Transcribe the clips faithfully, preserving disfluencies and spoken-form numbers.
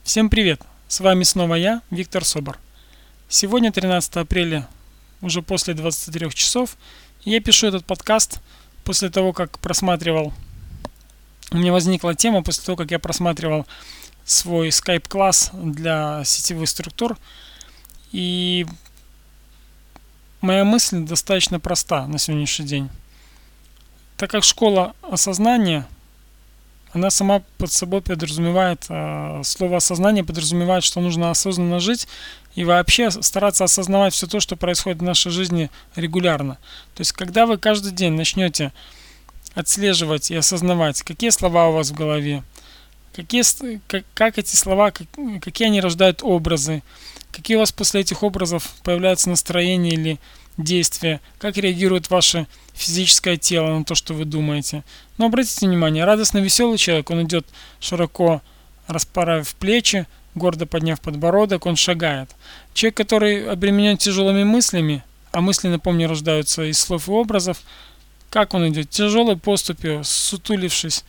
Всем привет! С вами снова я, Виктор Собор. Сегодня тринадцатое апреля, уже после двадцати трёх часов. И я пишу этот подкаст после того, как просматривал... У меня возникла тема после того, как я просматривал свой скайп-класс для сетевых структур. И моя мысль достаточно проста на сегодняшний день. Так как школа осознания, она сама под собой подразумевает, э, слово осознание подразумевает, что нужно осознанно жить и вообще стараться осознавать все то, что происходит в нашей жизни регулярно. То есть, когда вы каждый день начнете отслеживать и осознавать, какие слова у вас в голове, какие, как, как эти слова, как, какие они рождают образы, какие у вас после этих образов появляются настроения или действия, как реагирует ваше физическое тело на то, что вы думаете. Но обратите внимание, радостно веселый человек, он идет широко расправив плечи, гордо подняв подбородок, он шагает. Человек, который обременен тяжелыми мыслями, а мысли, напомню, рождаются из слов и образов, как он идет? Тяжелой поступью, сутулившись,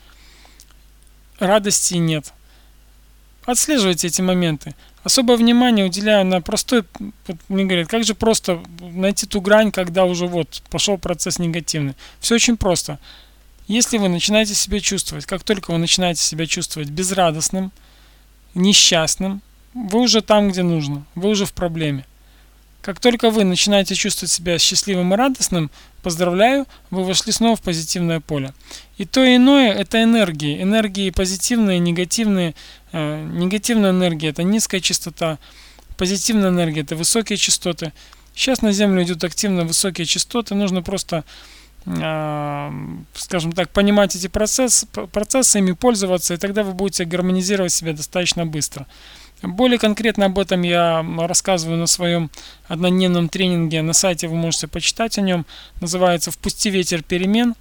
радости нет. Отслеживайте эти моменты. Особое внимание уделяю на простой, вот мне говорят, как же просто найти ту грань, когда уже вот пошел процесс негативный. Все очень просто. Если вы начинаете себя чувствовать, как только вы начинаете себя чувствовать безрадостным, несчастным, вы уже там, где нужно, вы уже в проблеме. Как только вы начинаете чувствовать себя счастливым и радостным, поздравляю, вы вошли снова в позитивное поле. И то и иное – это энергии. Энергии позитивные, негативные. Э, негативная энергия – это низкая частота. Позитивная энергия – это высокие частоты. Сейчас на Землю идут активно высокие частоты. Нужно просто, э, скажем так, понимать эти процессы, процессы, ими пользоваться, и тогда вы будете гармонизировать себя достаточно быстро. Более конкретно об этом я рассказываю на своем однодневном тренинге. На сайте вы можете почитать о нем. Называется «Впусти ветер перемен».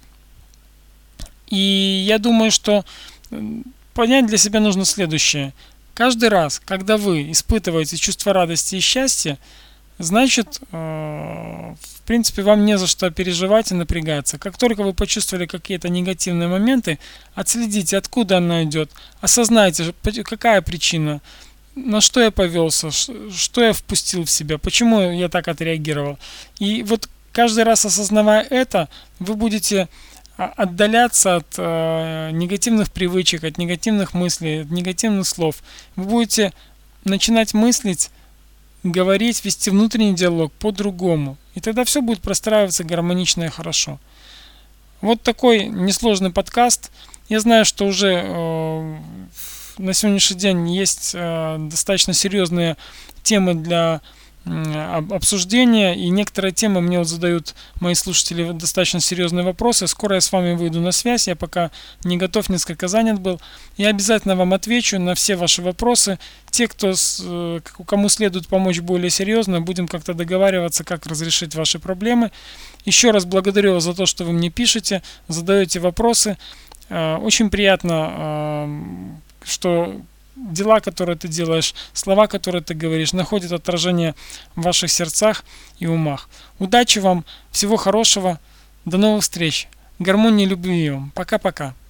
И я думаю, что понять для себя нужно следующее. Каждый раз, когда вы испытываете чувство радости и счастья, значит, в принципе, вам не за что переживать и напрягаться. Как только вы почувствовали какие-то негативные моменты, отследите, откуда оно идет. Осознайте, какая причина. На что я повелся, что я впустил в себя, почему я так отреагировал. И вот каждый раз осознавая это, вы будете отдаляться от э, негативных привычек, от негативных мыслей, от негативных слов. Вы будете начинать мыслить, говорить, вести внутренний диалог по-другому. И тогда все будет простраиваться гармонично и хорошо. Вот такой несложный подкаст. Я знаю, что уже... Э, на сегодняшний день есть э, достаточно серьезные темы для э, обсуждения, и некоторые темы мне вот задают мои слушатели достаточно серьезные вопросы. Скоро я с вами выйду на связь, я пока не готов, несколько занят был. Я обязательно вам отвечу на все ваши вопросы. Те, кто, э, кому следует помочь более серьезно, будем как-то договариваться, как разрешить ваши проблемы. Еще раз благодарю вас за то, что вы мне пишете, задаете вопросы. Э, очень приятно, э, что дела, которые ты делаешь, слова, которые ты говоришь, находят отражение в ваших сердцах и умах. Удачи вам, всего хорошего, до новых встреч, гармонии, любви вам. Пока-пока.